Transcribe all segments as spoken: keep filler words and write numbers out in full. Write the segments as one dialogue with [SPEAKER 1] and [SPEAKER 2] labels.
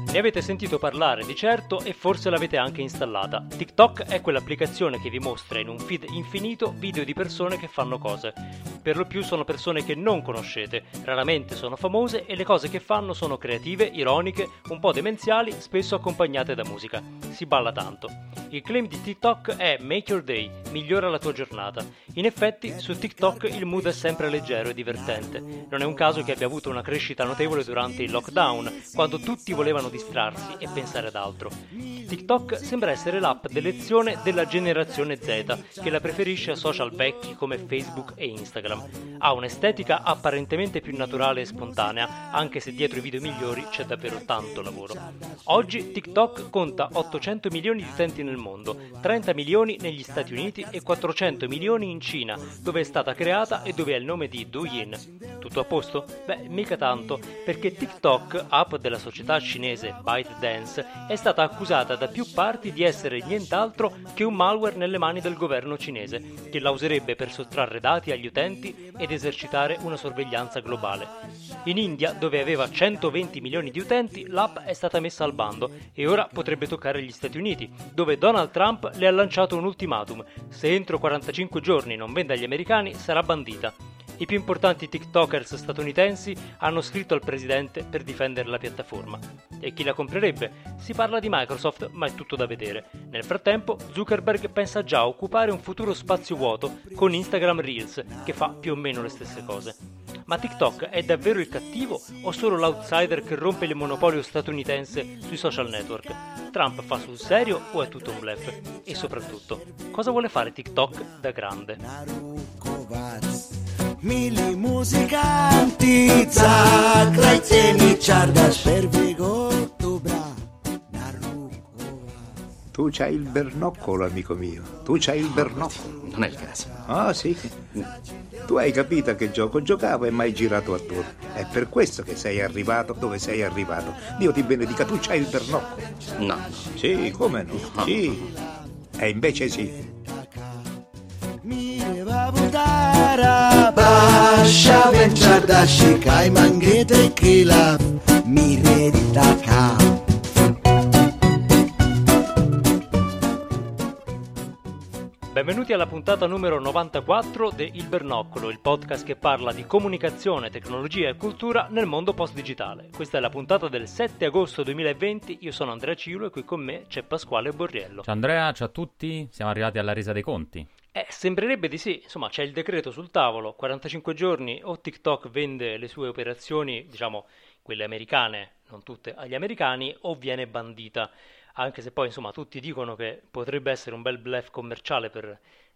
[SPEAKER 1] Ne avete sentito parlare di certo e forse l'avete anche installata. TikTok è quell'applicazione che vi mostra in un feed infinito video di persone che fanno cose. Per lo più sono persone che non conoscete, raramente sono famose e le cose che fanno sono creative, ironiche, un po' demenziali, spesso accompagnate da musica. Si balla tanto. Il claim di TikTok è Make Your Day, migliora la tua giornata. In effetti, su TikTok il mood è sempre leggero e divertente. Non è un caso che abbia avuto una crescita notevole durante il lockdown, quando tutti volevano distrarsi e pensare ad altro. TikTok sembra essere l'app d'elezione della generazione Z, che la preferisce a social vecchi come Facebook e Instagram. Ha un'estetica apparentemente più naturale e spontanea, anche se dietro i video migliori c'è davvero tanto lavoro. Oggi TikTok conta ottocento milioni di utenti nel mondo, trenta milioni negli Stati Uniti e quattrocento milioni in Cina, dove è stata creata e dove ha il nome di Douyin. Tutto a posto? Beh, mica tanto, perché TikTok, app della società cinese ByteDance, è stata accusata da più parti di essere nient'altro che un malware nelle mani del governo cinese, che la userebbe per sottrarre dati agli utenti ed esercitare una sorveglianza globale. In India, dove aveva centoventi milioni di utenti, l'app è stata messa al bando e ora potrebbe toccare gli Stati Uniti, dove Donald Trump le ha lanciato un ultimatum: se entro quarantacinque giorni non vende agli americani sarà bandita. I più importanti TikTokers statunitensi hanno scritto al presidente per difendere la piattaforma. E chi la comprerebbe? Si parla di Microsoft, ma è tutto da vedere. Nel frattempo, Zuckerberg pensa già a occupare un futuro spazio vuoto con Instagram Reels, che fa più o meno le stesse cose. Ma TikTok è davvero il cattivo o solo l'outsider che rompe il monopolio statunitense sui social network? Trump fa sul serio o è tutto un bluff? E soprattutto, cosa vuole fare TikTok da grande?
[SPEAKER 2] Mili muzikanti zagrajceni čardaš pervigo dobra narukovac.
[SPEAKER 3] Tu c'hai il bernoccolo, amico mio. Tu c'hai il bernoccolo.
[SPEAKER 4] Non è il caso.
[SPEAKER 3] Ah, sì. Tu hai capito a che gioco giocavo e mai girato attorno. È per questo che sei arrivato dove sei arrivato. Dio ti benedica, tu c'hai il bernoccolo.
[SPEAKER 4] No.
[SPEAKER 3] Sì, come no?
[SPEAKER 4] No.
[SPEAKER 3] Sì. E invece sì.
[SPEAKER 2] Basha venchada shikai mangete kilaf mireditaka.
[SPEAKER 1] Benvenuti alla puntata numero novantaquattro di Il Bernoccolo, il podcast che parla di comunicazione, tecnologia e cultura nel mondo post-digitale. Questa è la puntata del sette agosto duemilaventi, io sono Andrea Ciulo e qui con me c'è Pasquale Borriello.
[SPEAKER 5] Ciao Andrea, ciao a tutti, siamo arrivati alla resa dei conti.
[SPEAKER 1] Eh, sembrerebbe di sì, insomma c'è il decreto sul tavolo, quarantacinque giorni o TikTok vende le sue operazioni, diciamo quelle americane, non tutte agli americani, o viene bandita. Anche se poi insomma tutti dicono che potrebbe essere un bel bluff commerciale per,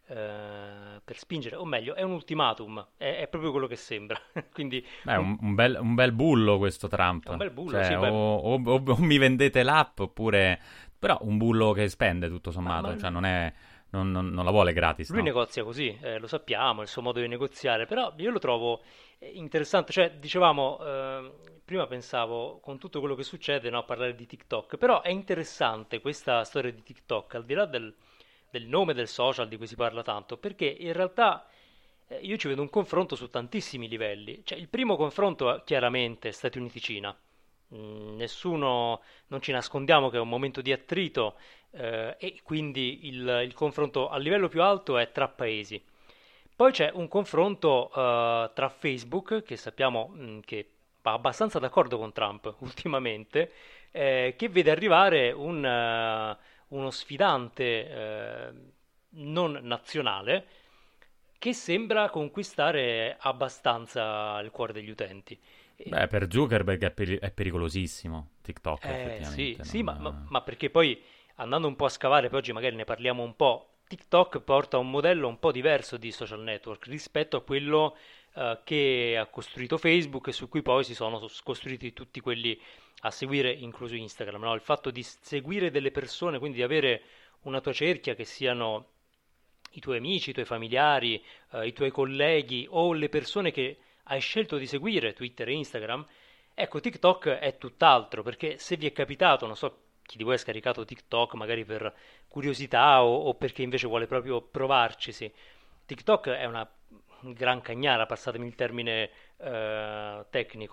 [SPEAKER 1] eh, per spingere, o meglio, è un ultimatum, è, è proprio quello che sembra. Quindi
[SPEAKER 5] Beh, un, un, bel, un bel bullo questo Trump.
[SPEAKER 1] Un bel bullo,
[SPEAKER 5] cioè,
[SPEAKER 1] sì, beh.
[SPEAKER 5] o, o, o, o mi vendete l'app, oppure... Però un bullo che spende tutto sommato,
[SPEAKER 1] Ma- ma-
[SPEAKER 5] cioè non è... Non, non- non la vuole gratis,
[SPEAKER 1] lui
[SPEAKER 5] no?
[SPEAKER 1] negozia così, eh, lo sappiamo, il suo modo di negoziare, però io lo trovo eh, interessante, cioè dicevamo, eh, prima pensavo con tutto quello che succede, no, a parlare di TikTok, però è interessante questa storia di TikTok, al di là del, del nome del social di cui si parla tanto, perché in realtà eh, io ci vedo un confronto su tantissimi livelli, cioè il primo confronto è chiaramente Stati Uniti-Cina. Mm, nessuno, non ci nascondiamo che è un momento di attrito, eh, e quindi il, il confronto a livello più alto è tra paesi. Poi c'è un confronto eh, tra Facebook, che sappiamo mm, che va abbastanza d'accordo con Trump ultimamente, eh, che vede arrivare un, eh, uno sfidante eh, non nazionale che sembra conquistare abbastanza il cuore degli utenti.
[SPEAKER 5] Beh, per Zuckerberg è, peri- è pericolosissimo TikTok,
[SPEAKER 1] Eh, sì,
[SPEAKER 5] effettivamente.
[SPEAKER 1] sì, ma,
[SPEAKER 5] non-
[SPEAKER 1] ma- ma perché poi andando un po' a scavare, poi oggi magari ne parliamo un po', TikTok porta un modello un po' diverso di social network rispetto a quello eh, che ha costruito Facebook e su cui poi si sono sos- costruiti tutti quelli a seguire, incluso Instagram, no? Il fatto di s- seguire delle persone, quindi di avere una tua cerchia che siano i tuoi amici, i tuoi familiari, eh, i tuoi colleghi o le persone che hai scelto di seguire, Twitter e Instagram. Ecco, TikTok è tutt'altro, perché se vi è capitato, non so chi di voi ha scaricato TikTok magari per curiosità o, o perché invece vuole proprio provarcisi, TikTok è una gran cagnara, passatemi il termine eh, tecnico,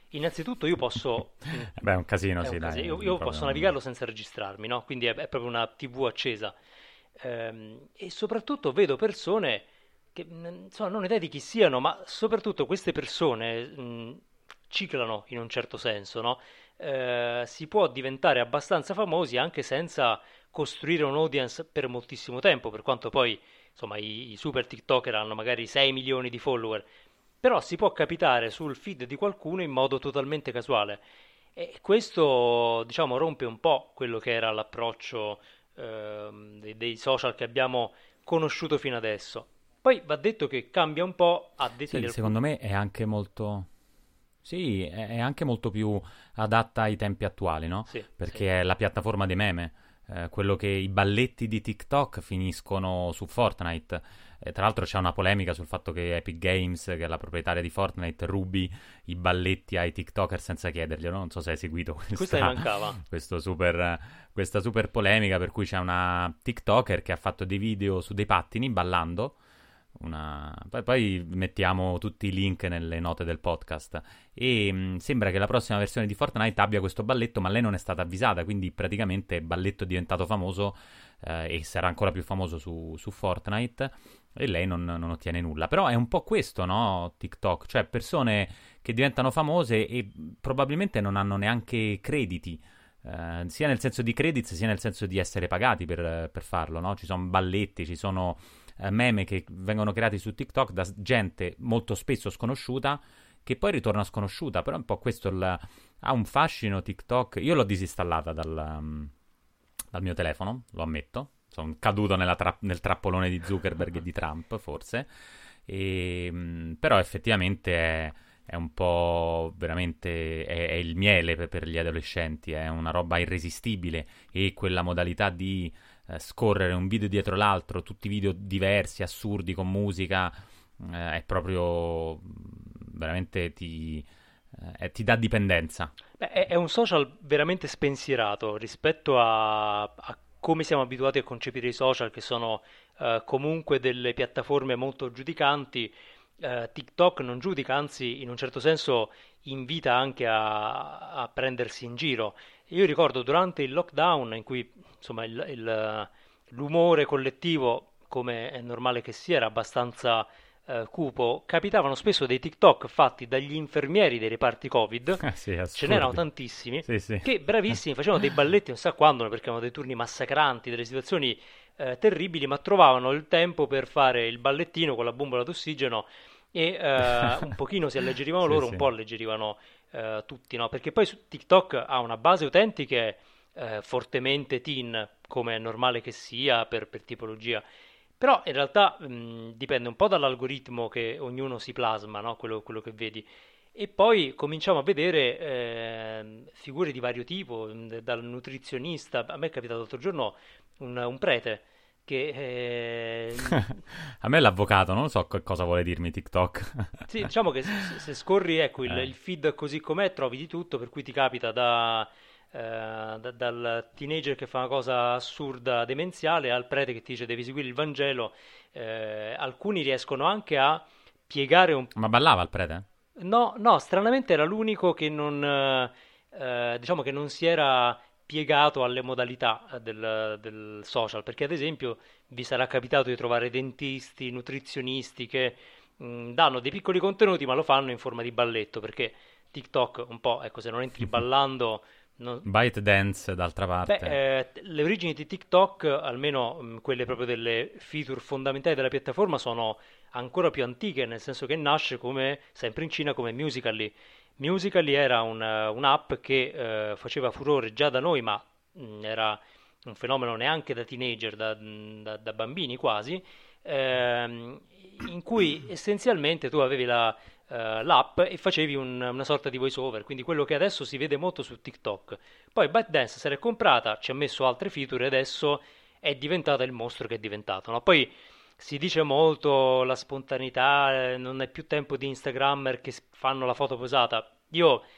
[SPEAKER 1] Innanzitutto io posso...
[SPEAKER 5] Beh, è un casino,
[SPEAKER 1] è
[SPEAKER 5] sì,
[SPEAKER 1] un
[SPEAKER 5] dai.
[SPEAKER 1] casino. Io, io
[SPEAKER 5] proprio
[SPEAKER 1] posso
[SPEAKER 5] un-
[SPEAKER 1] navigarlo senza registrarmi, no? Quindi è, è proprio una T V accesa. Ehm, e soprattutto vedo persone che mh, insomma, non ho idea di chi siano, ma soprattutto queste persone mh, ciclano in un certo senso, no? Eh, si può diventare abbastanza famosi anche senza costruire un audience per moltissimo tempo, per quanto poi insomma i, i super TikToker hanno magari sei milioni di follower, però si può capitare sul feed di qualcuno in modo totalmente casuale. E questo, diciamo, rompe un po' quello che era l'approccio ehm, dei, dei social che abbiamo conosciuto fino adesso. Poi va detto che cambia un po' a detta di
[SPEAKER 5] Sì,
[SPEAKER 1] alcuni.
[SPEAKER 5] secondo me è anche molto... Sì, è è anche molto più adatta ai tempi attuali, no?
[SPEAKER 1] Sì, sì.
[SPEAKER 5] Perché è la piattaforma dei meme. Eh, quello che i balletti di TikTok finiscono su Fortnite. Eh, tra l'altro c'è una polemica sul fatto che Epic Games, che è la proprietaria di Fortnite, rubi i balletti ai TikToker senza chiederglielo. Non so se hai seguito
[SPEAKER 1] Questa mi
[SPEAKER 5] questa,
[SPEAKER 1] mancava.
[SPEAKER 5] questo super, questa super polemica per cui c'è una TikToker che ha fatto dei video su dei pattini ballando. Una... Poi, poi mettiamo tutti i link nelle note del podcast. E mh, sembra che la prossima versione di Fortnite abbia questo balletto, ma lei non è stata avvisata. Quindi praticamente il balletto è diventato famoso eh, e sarà ancora più famoso su, su Fortnite. E lei non, non ottiene nulla. Però è un po' questo, no? TikTok, cioè persone che diventano famose e probabilmente non hanno neanche crediti. Eh, sia nel senso di credits sia nel senso di essere pagati per, per farlo, no? Ci sono balletti, ci sono eh, meme che vengono creati su TikTok da s- gente molto spesso sconosciuta che poi ritorna sconosciuta, però è un po' questo il... ha un fascino TikTok. Io l'ho disinstallata dal, um, dal mio telefono, lo ammetto. Sono caduto nella tra- nel trappolone di Zuckerberg e di Trump, forse. E, mh, però effettivamente è, è un po' veramente è, è il miele per, per gli adolescenti, è una roba irresistibile e quella modalità di eh, scorrere un video dietro l'altro, tutti video diversi, assurdi, con musica, eh, è proprio veramente ti, eh, ti dà dipendenza.
[SPEAKER 1] Beh, è, è un social veramente spensierato rispetto a, a come siamo abituati a concepire i social, che sono eh, comunque delle piattaforme molto giudicanti. Eh, TikTok non giudica, anzi, in un certo senso invita anche a, a prendersi in giro. Io ricordo durante il lockdown, in cui insomma il- il- l'umore collettivo, come è normale che sia, era abbastanza eh, cupo, capitavano spesso dei TikTok fatti dagli infermieri dei reparti Covid,
[SPEAKER 5] Sì,
[SPEAKER 1] ce n'erano
[SPEAKER 5] assurdi.
[SPEAKER 1] tantissimi,
[SPEAKER 5] Sì, sì.
[SPEAKER 1] che bravissimi facevano dei balletti, non sa quando, perché avevano dei turni massacranti, delle situazioni eh, terribili, ma trovavano il tempo per fare il ballettino con la bombola d'ossigeno e eh, un pochino si alleggerivano
[SPEAKER 5] Sì,
[SPEAKER 1] loro, un
[SPEAKER 5] sì.
[SPEAKER 1] po' alleggerivano eh, tutti, no? Perché poi su TikTok ha una base utentiche eh, fortemente teen, come è normale che sia per, per tipologia. Però in realtà mh, dipende un po' dall'algoritmo che ognuno si plasma, no? Quello, quello che vedi. E poi cominciamo a vedere ehm, figure di vario tipo, mh, dal nutrizionista. A me è capitato l'altro giorno un, un prete che ehm,
[SPEAKER 5] A me l'avvocato, non so co- cosa vuole dirmi TikTok.
[SPEAKER 1] sì, diciamo che se, se scorri ecco, il,
[SPEAKER 5] Eh.
[SPEAKER 1] il feed così com'è, trovi di tutto, per cui ti capita da, eh, da- dal teenager che fa una cosa assurda, demenziale, al prete che ti dice devi seguire il Vangelo. Eh, alcuni riescono anche a piegare un...
[SPEAKER 5] Ma ballava il prete?
[SPEAKER 1] No, no, stranamente era l'unico che non, eh, eh, diciamo che non si era piegato alle modalità eh, del, del social, perché ad esempio vi sarà capitato di trovare dentisti, nutrizionisti che mh, danno dei piccoli contenuti ma lo fanno in forma di balletto, perché TikTok un po', ecco, se non entri ballando... non-
[SPEAKER 5] ByteDance, d'altra
[SPEAKER 1] Beh,
[SPEAKER 5] parte.
[SPEAKER 1] eh, le origini di TikTok, almeno mh, quelle proprio delle feature fondamentali della piattaforma, sono ancora più antiche, nel senso che nasce come, sempre in Cina, come Musical.ly. Musical.ly era un, eh, un'app che eh, faceva furore già da noi, ma mh, era un fenomeno neanche da teenager, da, da- da bambini quasi, ehm, in cui essenzialmente tu avevi la, eh, l'app e facevi un- una sorta di voice over, quindi quello che adesso si vede molto su TikTok. Poi ByteDance se l'è comprata, ci ha messo altre feature e adesso è diventata il mostro che è diventato, no? Poi si dice molto la spontaneità, eh, non è più tempo di Instagrammer che s- fanno la foto posata. Io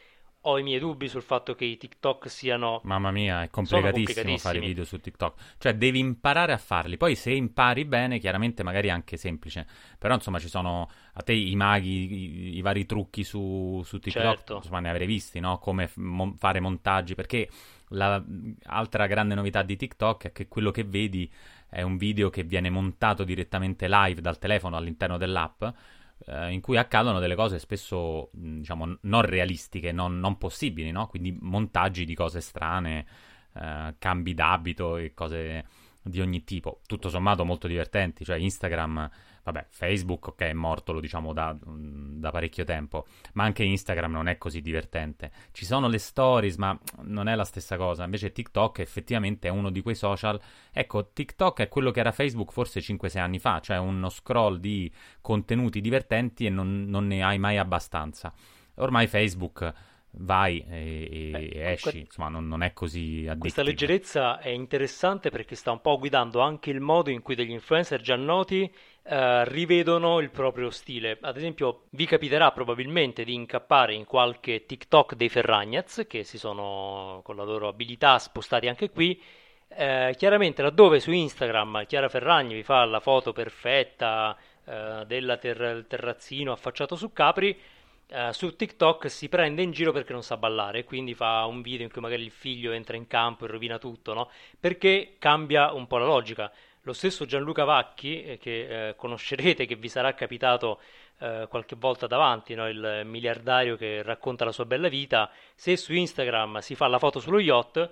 [SPEAKER 1] ho i miei dubbi sul fatto che i TikTok siano
[SPEAKER 5] Mamma mia, è
[SPEAKER 1] sono
[SPEAKER 5] complicatissimo fare
[SPEAKER 1] complicatissimi.
[SPEAKER 5] video su TikTok. Cioè, devi imparare a farli. Poi, se impari bene, chiaramente magari è anche semplice. Però, insomma, ci sono a te i maghi, i, i vari trucchi su, su TikTok.
[SPEAKER 1] Certo.
[SPEAKER 5] Insomma, ne avrei visti, no? Come f- mon- fare montaggi. Perché l'altra grande novità di TikTok è che quello che vedi è un video che viene montato direttamente live dal telefono all'interno dell'app, eh, in cui accadono delle cose spesso, mh, diciamo, non realistiche, non, non possibili, no? Quindi montaggi di cose strane, eh, cambi d'abito e cose di ogni tipo. Tutto sommato molto divertenti, cioè Instagram, vabbè, Facebook, ok, è morto, lo diciamo da, da parecchio tempo, ma anche Instagram non è così divertente. Ci sono le stories, ma non è la stessa cosa. Invece TikTok effettivamente è uno di quei social. Ecco, TikTok è quello che era Facebook forse cinque sei anni fa, cioè uno scroll di contenuti divertenti e non, non ne hai mai abbastanza. Ormai Facebook vai e, e
[SPEAKER 1] Beh,
[SPEAKER 5] esci, insomma non, non è così
[SPEAKER 1] questa
[SPEAKER 5] addictive.
[SPEAKER 1] leggerezza è interessante perché sta un po' guidando anche il modo in cui degli influencer già noti eh, rivedono il proprio stile. Ad esempio, vi capiterà probabilmente di incappare in qualche TikTok dei Ferragnez che si sono con la loro abilità spostati anche qui. Eh, chiaramente, laddove su Instagram Chiara Ferragni vi fa la foto perfetta eh, del ter- terrazzino affacciato su Capri, eh, su TikTok si prende in giro perché non sa ballare, quindi fa un video in cui magari il figlio entra in campo e rovina tutto, no? Perché cambia un po' la logica. Lo stesso Gianluca Vacchi, eh, che eh, conoscerete, che vi sarà capitato eh, qualche volta davanti, no? Il miliardario che racconta la sua bella vita, se su Instagram si fa la foto sullo yacht,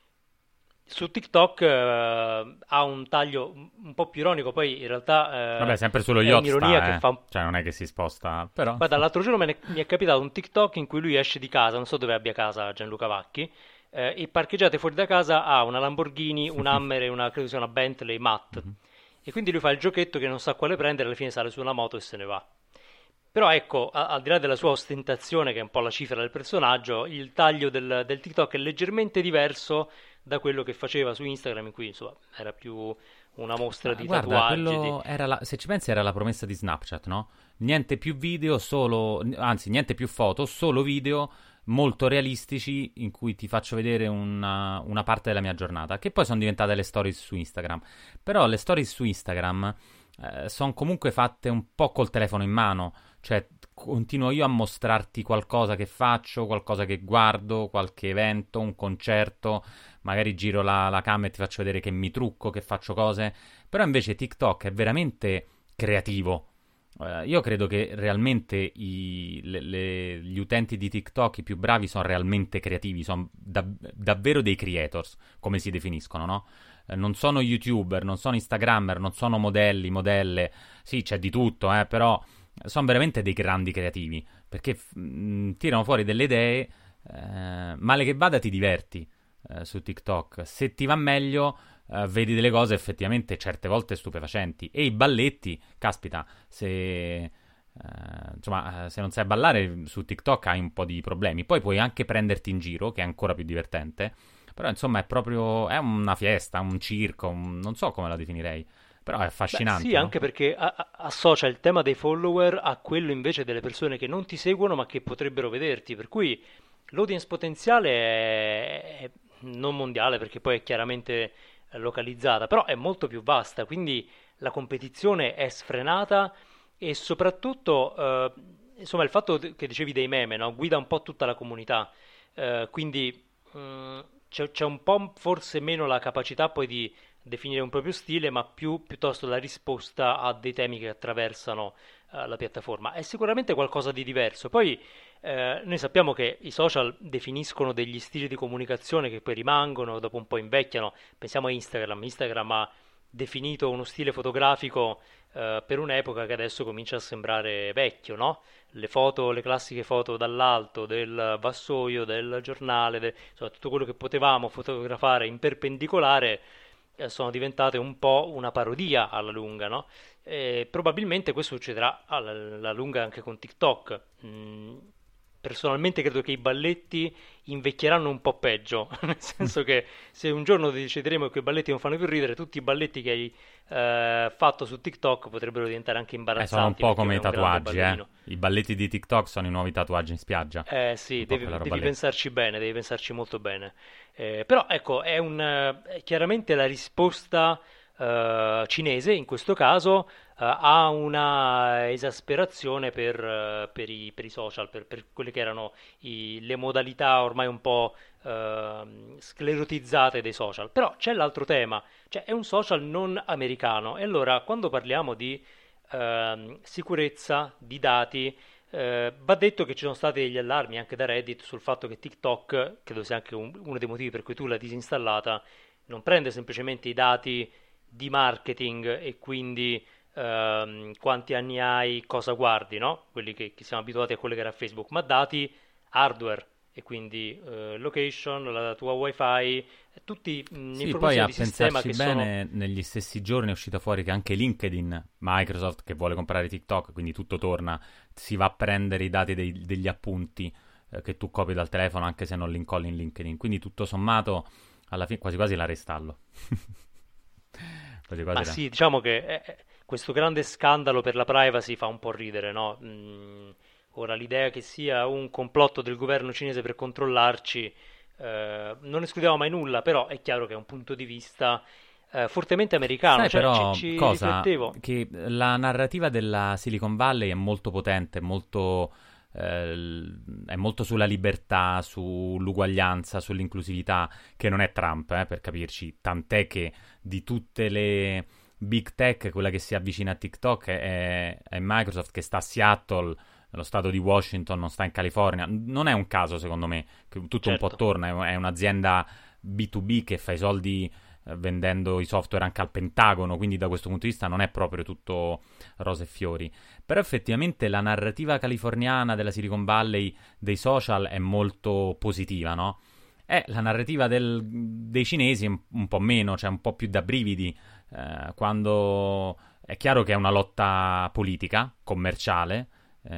[SPEAKER 1] su TikTok eh, ha un taglio un un po' più ironico, poi in realtà
[SPEAKER 5] Vabbè,
[SPEAKER 1] eh,
[SPEAKER 5] sempre sullo
[SPEAKER 1] è
[SPEAKER 5] yacht
[SPEAKER 1] un'ironia che
[SPEAKER 5] sta, eh.
[SPEAKER 1] fa un.
[SPEAKER 5] Cioè non è che si sposta, però
[SPEAKER 1] Guarda, l'altro giorno me ne- mi è capitato un TikTok in cui lui esce di casa, non so dove abbia casa Gianluca Vacchi, eh, e parcheggiate fuori da casa ha una Lamborghini, un Hummer e una, credo sia una Bentley matte.
[SPEAKER 5] Mhm.
[SPEAKER 1] E quindi lui fa il giochetto che non sa quale prendere, alla fine sale su una moto e se ne va. Però ecco, a- al di là della sua ostentazione, che è un po' la cifra del personaggio, il taglio del, del TikTok è leggermente diverso da quello che faceva su Instagram, in cui insomma era più una mostra
[SPEAKER 5] Ma
[SPEAKER 1] di
[SPEAKER 5] guarda,
[SPEAKER 1] tatuaggi. Di.
[SPEAKER 5] quello era la- se ci pensi era la promessa di Snapchat, no? Niente più video, solo, anzi niente più foto, solo video molto realistici in cui ti faccio vedere una, una parte della mia giornata, che poi sono diventate le stories su Instagram. Però le stories su Instagram sono comunque fatte un po' col telefono in mano, cioè continuo io a mostrarti qualcosa che faccio, qualcosa che guardo, qualche evento, un concerto, magari giro la, la cam e ti faccio vedere che mi trucco, che faccio cose, però invece TikTok è veramente creativo. Eh, io credo che realmente i- le- le- gli utenti di TikTok, i più bravi, sono realmente creativi, sono dav- davvero dei creators, come si definiscono, no? Eh, non sono YouTuber, non sono Instagrammer, non sono modelli, modelle, sì, c'è di tutto, eh, però sono veramente dei grandi creativi, perché f- mh, tirano fuori delle idee, eh, male che vada ti diverti eh, su TikTok. Se ti va meglio, eh, vedi delle cose effettivamente certe volte stupefacenti. E i balletti, caspita, se, eh, insomma, eh, se non sai ballare su TikTok hai un po' di problemi. Poi puoi anche prenderti in giro, che è ancora più divertente. Però insomma è proprio, è una fiesta, un circo, un- non so come la definirei. Però è
[SPEAKER 1] Beh,
[SPEAKER 5] affascinante,
[SPEAKER 1] sì,
[SPEAKER 5] no?
[SPEAKER 1] anche perché a- a- associa il tema dei follower a quello invece delle persone che non ti seguono ma che potrebbero vederti, per cui l'audience potenziale è, è non mondiale perché poi è chiaramente eh, localizzata, però è molto più vasta, quindi la competizione è sfrenata e soprattutto, eh, insomma, il fatto che dicevi dei meme, no? Guida un po' tutta la comunità, eh, quindi mh, c'è c'è un po' forse meno la capacità poi di definire un proprio stile, ma più piuttosto la risposta a dei temi che attraversano eh, la piattaforma. È sicuramente qualcosa di diverso. Poi eh, noi sappiamo che i social definiscono degli stili di comunicazione che poi rimangono, dopo un po' invecchiano. Pensiamo a Instagram. Instagram ha definito uno stile fotografico eh, per un'epoca che adesso comincia a sembrare vecchio, no? Le foto, le classiche foto dall'alto del vassoio, del giornale, de- insomma, tutto quello che potevamo fotografare in perpendicolare eh, sono diventate un po' una parodia alla lunga, no? E probabilmente questo succederà alla, alla lunga anche con TikTok. Mm, personalmente credo che i balletti invecchieranno un po' peggio, nel senso che se un giorno decideremo che i balletti non fanno più ridere, tutti i balletti che hai eh, fatto su TikTok potrebbero diventare anche
[SPEAKER 5] Eh,
[SPEAKER 1] imbarazzanti.
[SPEAKER 5] sono un po'
[SPEAKER 1] perché
[SPEAKER 5] come i
[SPEAKER 1] è un grande
[SPEAKER 5] tatuaggi, eh.
[SPEAKER 1] ballerino.
[SPEAKER 5] I balletti di TikTok sono i nuovi tatuaggi in spiaggia.
[SPEAKER 1] Eh sì,
[SPEAKER 5] Un po'
[SPEAKER 1] devi,
[SPEAKER 5] quella roba
[SPEAKER 1] devi
[SPEAKER 5] lì.
[SPEAKER 1] pensarci bene, devi pensarci molto bene. Eh, però ecco, è un, eh, è chiaramente la risposta eh, cinese, in questo caso, eh, ha una esasperazione per, eh, per i, per i social, per, per quelle che erano i- le modalità ormai un po' ehm, sclerotizzate dei social. Però c'è l'altro tema, cioè è un social non americano, e allora quando parliamo di ehm, sicurezza di dati, eh, va detto che ci sono stati degli allarmi anche da Reddit sul fatto che TikTok, credo sia anche un- uno dei motivi per cui tu l'hai disinstallata, non prende semplicemente i dati di marketing e quindi ehm, quanti anni hai, cosa guardi, no? Quelli che, che siamo abituati a collegare a Facebook, ma dati hardware e quindi eh, location, la tua wifi, tutti mh,
[SPEAKER 5] Sì, poi
[SPEAKER 1] informazioni
[SPEAKER 5] a
[SPEAKER 1] di sistema
[SPEAKER 5] pensarci
[SPEAKER 1] che sono...
[SPEAKER 5] bene, negli stessi giorni è uscita fuori che anche LinkedIn, Microsoft che vuole comprare TikTok, quindi tutto torna, si va a prendere i dati dei- degli appunti eh, che tu copi dal telefono anche se non li incolli in LinkedIn. Quindi tutto sommato, alla fine quasi quasi la reinstallo. Quasi
[SPEAKER 1] Ma
[SPEAKER 5] quasi la...
[SPEAKER 1] sì, diciamo che eh, eh, questo grande scandalo per la privacy fa un po' ridere, no? Mm, ora l'idea che sia un complotto del governo cinese per controllarci, eh, non escludiamo mai nulla, però è chiaro che è un punto di vista eh, fortemente americano,
[SPEAKER 5] Sai
[SPEAKER 1] cioè ci,
[SPEAKER 5] però
[SPEAKER 1] ci
[SPEAKER 5] cosa?
[SPEAKER 1] riflettevo.
[SPEAKER 5] Che la narrativa della Silicon Valley è molto potente, è molto, eh, l- è molto sulla libertà, sull'uguaglianza, sull'inclusività, che non è Trump, eh, per capirci. Tant'è che di tutte le big tech, quella che si avvicina a TikTok è, è Microsoft, che sta a Seattle, nello stato di Washington, non sta in California. Non è un caso, secondo me, che tutto un po'
[SPEAKER 1] Certo.
[SPEAKER 5] torna. È è un'azienda B due B che fa i soldi eh, vendendo i software anche al Pentagono, quindi da questo punto di vista non è proprio tutto rose e fiori. Però effettivamente la narrativa californiana della Silicon Valley dei social è molto positiva, no? Eh, la narrativa del- dei cinesi è un, un po' meno, cioè un po' più da brividi, eh, quando è chiaro che è una lotta politica, commerciale,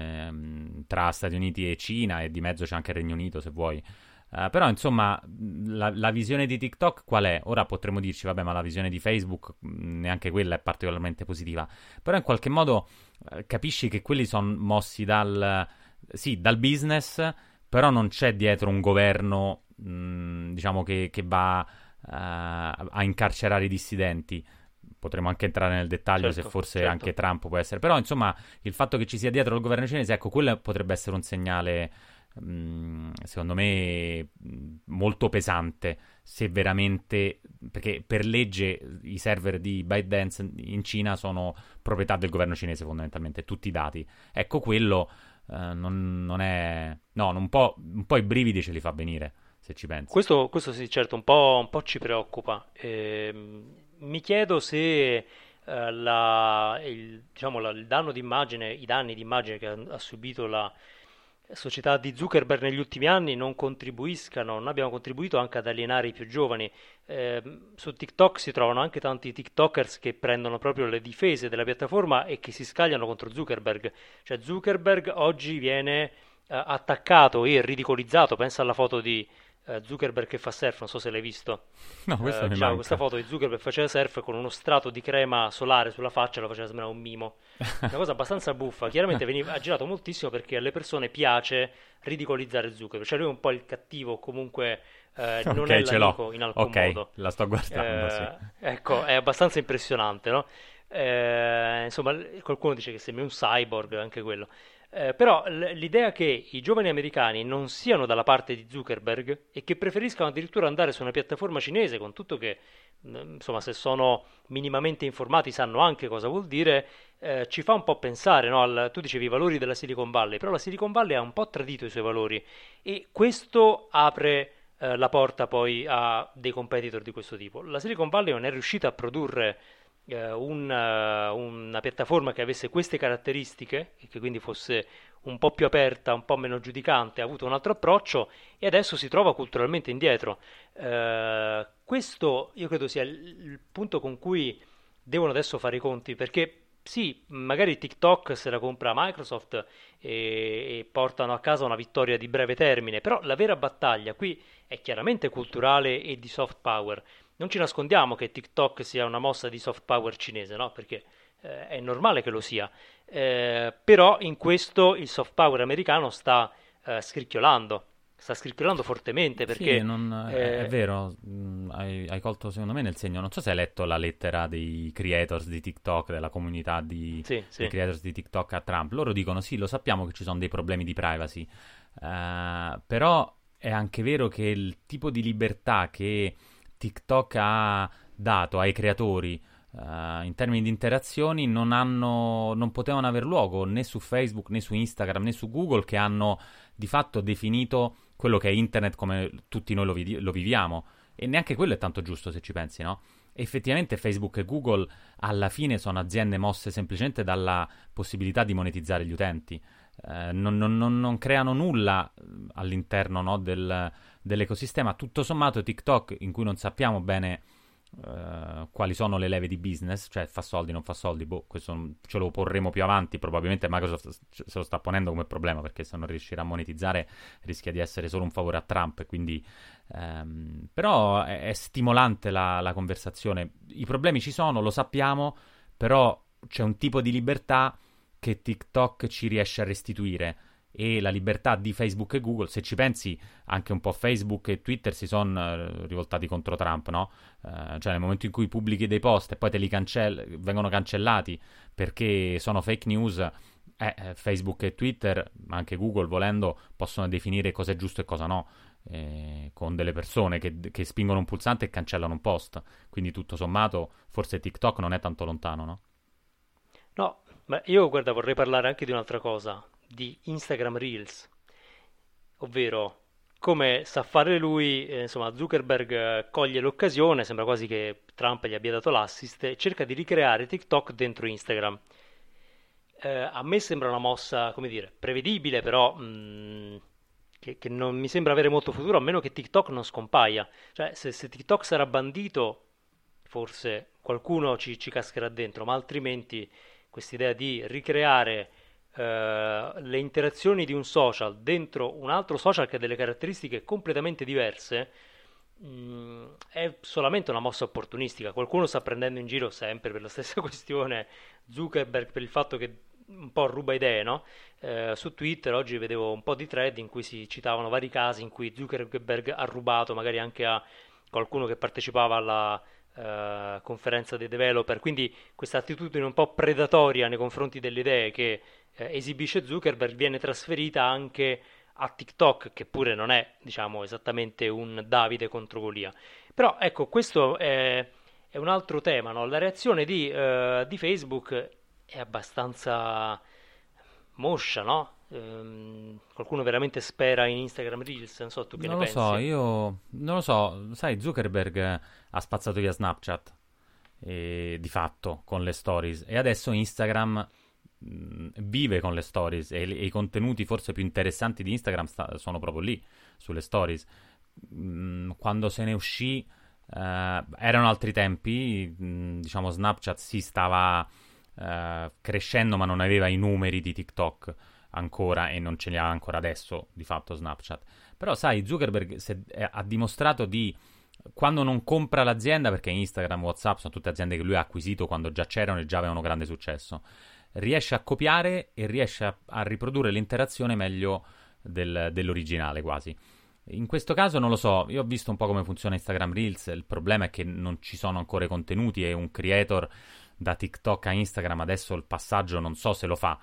[SPEAKER 5] ehm, tra Stati Uniti e Cina, e di mezzo c'è anche il Regno Unito se vuoi. Eh, però insomma la, la visione di TikTok qual è? Ora potremmo dirci vabbè, ma la visione di Facebook mh, neanche quella è particolarmente positiva, però in qualche modo eh, capisci che quelli sono mossi dal, sì, dal business, però non c'è dietro un governo mh, diciamo che, che va eh, a incarcerare i dissidenti. Potremmo anche entrare nel dettaglio se
[SPEAKER 1] Certo,
[SPEAKER 5] forse
[SPEAKER 1] certo.
[SPEAKER 5] anche Trump può essere, però insomma il fatto che ci sia dietro il governo cinese, ecco, quello potrebbe essere un segnale mh, secondo me mh, molto pesante, se veramente, perché per legge i server di ByteDance in Cina sono proprietà del governo cinese fondamentalmente, tutti i dati. Ecco, quello eh, non, non è... no, un po', un po' i brividi ce li fa venire, se ci pensi.
[SPEAKER 1] Questo, questo sì, certo, un po', un po' ci preoccupa. Ehm, mi chiedo se eh, la- il, diciamo, la- il danno d'immagine, i danni d'immagine che ha, ha subito la società di Zuckerberg negli ultimi anni non contribuiscano, non abbiano contribuito anche ad alienare i più giovani. Ehm, su TikTok si trovano anche tanti TikTokers che prendono proprio le difese della piattaforma e che si scagliano contro Zuckerberg. Cioè Zuckerberg oggi viene eh, attaccato e ridicolizzato. Pensa alla foto di eh, Zuckerberg che fa surf, non so se l'hai visto.
[SPEAKER 5] No, questo
[SPEAKER 1] Eh,
[SPEAKER 5] mi
[SPEAKER 1] diciamo, questa
[SPEAKER 5] manca.
[SPEAKER 1] foto di Zuckerberg faceva surf con uno strato di crema solare sulla faccia, lo faceva sembrare un mimo. Una cosa abbastanza buffa. Chiaramente veniva, ha girato moltissimo perché alle persone piace ridicolizzare Zuckerberg. Cioè lui è un po' il cattivo, comunque eh, non è
[SPEAKER 5] Ok, ce l'ho.
[SPEAKER 1] l'amico in alcun
[SPEAKER 5] Ok,
[SPEAKER 1] modo.
[SPEAKER 5] la sto guardando, sì.
[SPEAKER 1] Eh, ecco, è abbastanza impressionante, no? Eh, insomma, l- qualcuno dice che sembri un cyborg, anche quello. Eh, però l- l'idea che i giovani americani non siano dalla parte di Zuckerberg e che preferiscano addirittura andare su una piattaforma cinese, con tutto che, mh, insomma, se sono minimamente informati sanno anche cosa vuol dire, eh, ci fa un po' pensare, no? Al- tu dicevi i valori della Silicon Valley, però la Silicon Valley ha un po' tradito i suoi valori e questo apre eh, la porta poi a dei competitor di questo tipo. La Silicon Valley non è riuscita a produrre eh, un, eh, una piattaforma che avesse queste caratteristiche e che quindi fosse un po' più aperta, un po' meno giudicante, ha avuto un altro approccio e adesso si trova culturalmente indietro. Eh, questo io credo sia il, il punto con cui devono adesso fare i conti, perché sì, magari TikTok se la compra Microsoft e, e portano a casa una vittoria di breve termine, però la vera battaglia qui è chiaramente culturale e di soft power. Non ci nascondiamo che TikTok sia una mossa di soft power cinese, no? Perché eh, è normale che lo sia. Eh, però in questo il soft power americano sta eh, scricchiolando, sta scricchiolando fortemente
[SPEAKER 5] Sì,
[SPEAKER 1] perché
[SPEAKER 5] non- è, è
[SPEAKER 1] eh,
[SPEAKER 5] vero, mh, hai, hai colto secondo me nel segno. Non so se hai letto la lettera dei creators di TikTok, della comunità di,
[SPEAKER 1] sì,
[SPEAKER 5] dei
[SPEAKER 1] sì.
[SPEAKER 5] creators di TikTok a Trump. Loro dicono sì, lo sappiamo che ci sono dei problemi di privacy, eh, però è anche vero che il tipo di libertà che TikTok ha dato ai creatori, eh, in termini di interazioni non hanno, non potevano aver luogo né su Facebook né su Instagram né su Google, che hanno di fatto definito quello che è internet come tutti noi lo, vidi- lo viviamo. E neanche quello è tanto giusto, se ci pensi, no? Effettivamente Facebook e Google alla fine sono aziende mosse semplicemente dalla possibilità di monetizzare gli utenti. Eh, non, non- non- non creano nulla eh, all'interno, no, del- dell'ecosistema. Tutto sommato TikTok, in cui non sappiamo bene eh, quali sono le leve di business, cioè fa soldi, non fa soldi, boh, questo non- ce lo porremo più avanti. Probabilmente Microsoft s- se lo sta ponendo come problema, perché se non riuscirà a monetizzare rischia di essere solo un favore a Trump, e quindi ehm, però è, è stimolante la, la conversazione. I problemi ci sono, lo sappiamo, però c'è un tipo di libertà che TikTok ci riesce a restituire, e la libertà di Facebook e Google, se ci pensi, anche un po' Facebook e Twitter si sono rivoltati contro Trump, no? Eh, cioè nel momento in cui pubblichi dei post e poi te li cancell- vengono cancellati perché sono fake news, eh, eh, Facebook e Twitter, ma anche Google volendo, possono definire cosa è giusto e cosa no, eh, con delle persone che, che spingono un pulsante e cancellano un post. Quindi tutto sommato forse TikTok non è tanto lontano, no?
[SPEAKER 1] No, ma io guarda, vorrei parlare anche di un'altra cosa, di Instagram Reels, ovvero come sa fare lui, eh, insomma Zuckerberg eh, coglie l'occasione, sembra quasi che Trump gli abbia dato l'assist e cerca di ricreare TikTok dentro Instagram. Eh, a me sembra una mossa, come dire, prevedibile, però mh, che, che non mi sembra avere molto futuro, a meno che TikTok non scompaia. Cioè, se, se TikTok sarà bandito, forse qualcuno ci, ci cascherà dentro, ma altrimenti quest'idea di ricreare eh, le interazioni di un social dentro un altro social che ha delle caratteristiche completamente diverse, mh, è solamente una mossa opportunistica. Qualcuno sta prendendo in giro sempre per la stessa questione Zuckerberg per il fatto che un po' ruba idee, no? Eh, su Twitter oggi vedevo un po' di thread in cui si citavano vari casi in cui Zuckerberg ha rubato magari anche a qualcuno che partecipava alla eh, conferenza dei developer, quindi questa attitudine un po' predatoria nei confronti delle idee che eh, esibisce Zuckerberg viene trasferita anche a TikTok, che pure non è, diciamo, esattamente un Davide contro Golia. Però ecco, questo è, è un altro tema, no? La reazione di, eh, di Facebook è abbastanza moscia, no? Ehm, qualcuno veramente spera in Instagram Reels, non so tu che ne
[SPEAKER 5] Non lo so,
[SPEAKER 1] pensi.
[SPEAKER 5] io non lo so, sai, Zuckerberg eh, ha spazzato via Snapchat, e, di fatto, con le stories, e adesso Instagram mh, vive con le stories, e, e i contenuti forse più interessanti di Instagram sta- sono proprio lì, sulle stories. Mh, quando se ne uscì, eh, erano altri tempi, mh, diciamo Snapchat si stava eh, crescendo, ma non aveva i numeri di TikTok ancora, e non ce li ha ancora adesso di fatto Snapchat. Però sai, Zuckerberg se- eh, ha dimostrato di, quando non compra l'azienda, perché Instagram, WhatsApp sono tutte aziende che lui ha acquisito quando già c'erano e già avevano grande successo, riesce a copiare e riesce a, a riprodurre l'interazione meglio del- dell'originale quasi. In questo caso non lo so, io ho visto un po' come funziona Instagram Reels, il problema è che non ci sono ancora i contenuti, e un creator da TikTok a Instagram adesso il passaggio non so se lo fa.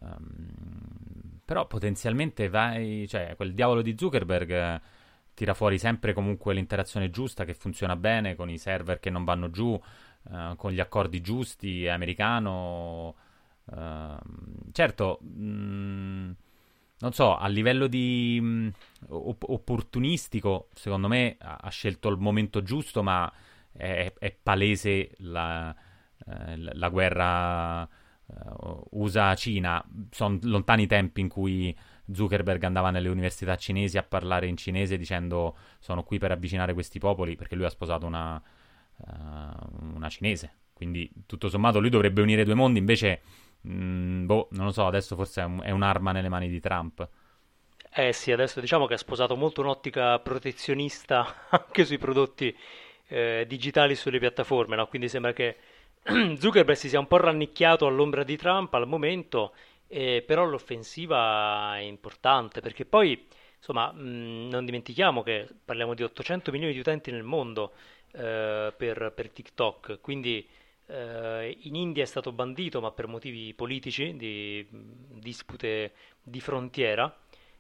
[SPEAKER 5] Um, però potenzialmente vai, cioè quel diavolo di Zuckerberg eh, tira fuori sempre comunque l'interazione giusta, che funziona bene, con i server che non vanno giù, eh, con gli accordi giusti, è americano. Ehm, certo, mh, non so, a livello di mh, op- opportunistico, secondo me ha, ha scelto il momento giusto, ma è, è palese la, eh, la guerra uh, U S A-Cina. Sono lontani i tempi in cui Zuckerberg andava nelle università cinesi a parlare in cinese dicendo sono qui per avvicinare questi popoli, perché lui ha sposato una, uh, una cinese. Quindi tutto sommato lui dovrebbe unire i due mondi, invece, mh, boh, non lo so, adesso forse è, un- è un'arma nelle mani di Trump.
[SPEAKER 1] Eh sì, adesso diciamo che ha sposato molto un'ottica protezionista anche sui prodotti eh, digitali sulle piattaforme, no? Quindi sembra che Zuckerberg si sia un po' rannicchiato all'ombra di Trump al momento, eh, però l'offensiva è importante perché poi, insomma, mh, non dimentichiamo che parliamo di ottocento milioni di utenti nel mondo eh, per, per TikTok, quindi eh, in India è stato bandito, ma per motivi politici, di mh, dispute di frontiera.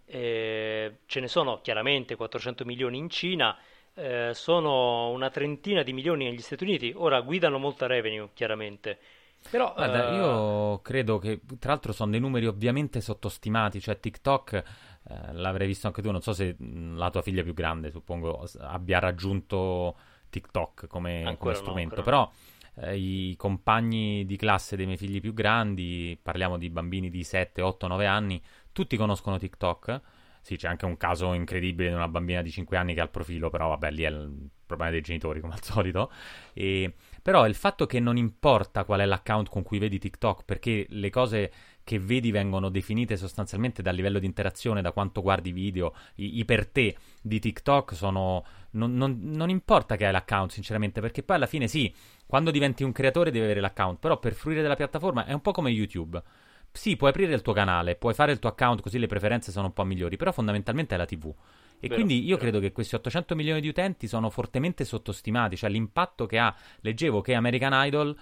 [SPEAKER 1] Eh, ce ne sono chiaramente quattrocento milioni in Cina, eh, sono una trentina di milioni negli Stati Uniti. Ora guidano molta revenue, chiaramente. Però,
[SPEAKER 5] Guarda,
[SPEAKER 1] eh,
[SPEAKER 5] io credo che, tra l'altro, sono dei numeri ovviamente sottostimati, cioè TikTok, eh, l'avrei visto anche tu, non so se mh, la tua figlia più grande, suppongo, s- abbia raggiunto TikTok come, come
[SPEAKER 1] ancora no,
[SPEAKER 5] strumento,
[SPEAKER 1] ancora no.
[SPEAKER 5] però eh, i compagni di classe dei miei figli più grandi, parliamo di bambini di sette, otto, nove anni, tutti conoscono TikTok. Sì, c'è anche un caso incredibile di una bambina di cinque anni che ha il profilo, però vabbè, lì è il problema dei genitori, come al solito. E però il fatto che non importa qual è l'account con cui vedi TikTok, perché le cose che vedi vengono definite sostanzialmente dal livello di interazione, da quanto guardi video, i, i per te di TikTok sono... Non, non- non importa che hai l'account, sinceramente, perché poi alla fine sì, quando diventi un creatore devi avere l'account, però per fruire della piattaforma è un po' come YouTube. Sì, puoi aprire il tuo canale, puoi fare il tuo account così le preferenze sono un po' migliori, però fondamentalmente è la T V. E
[SPEAKER 1] Vero,
[SPEAKER 5] quindi io
[SPEAKER 1] vero.
[SPEAKER 5] credo che questi ottocento milioni di utenti sono fortemente sottostimati, cioè l'impatto che ha. Leggevo che American Idol,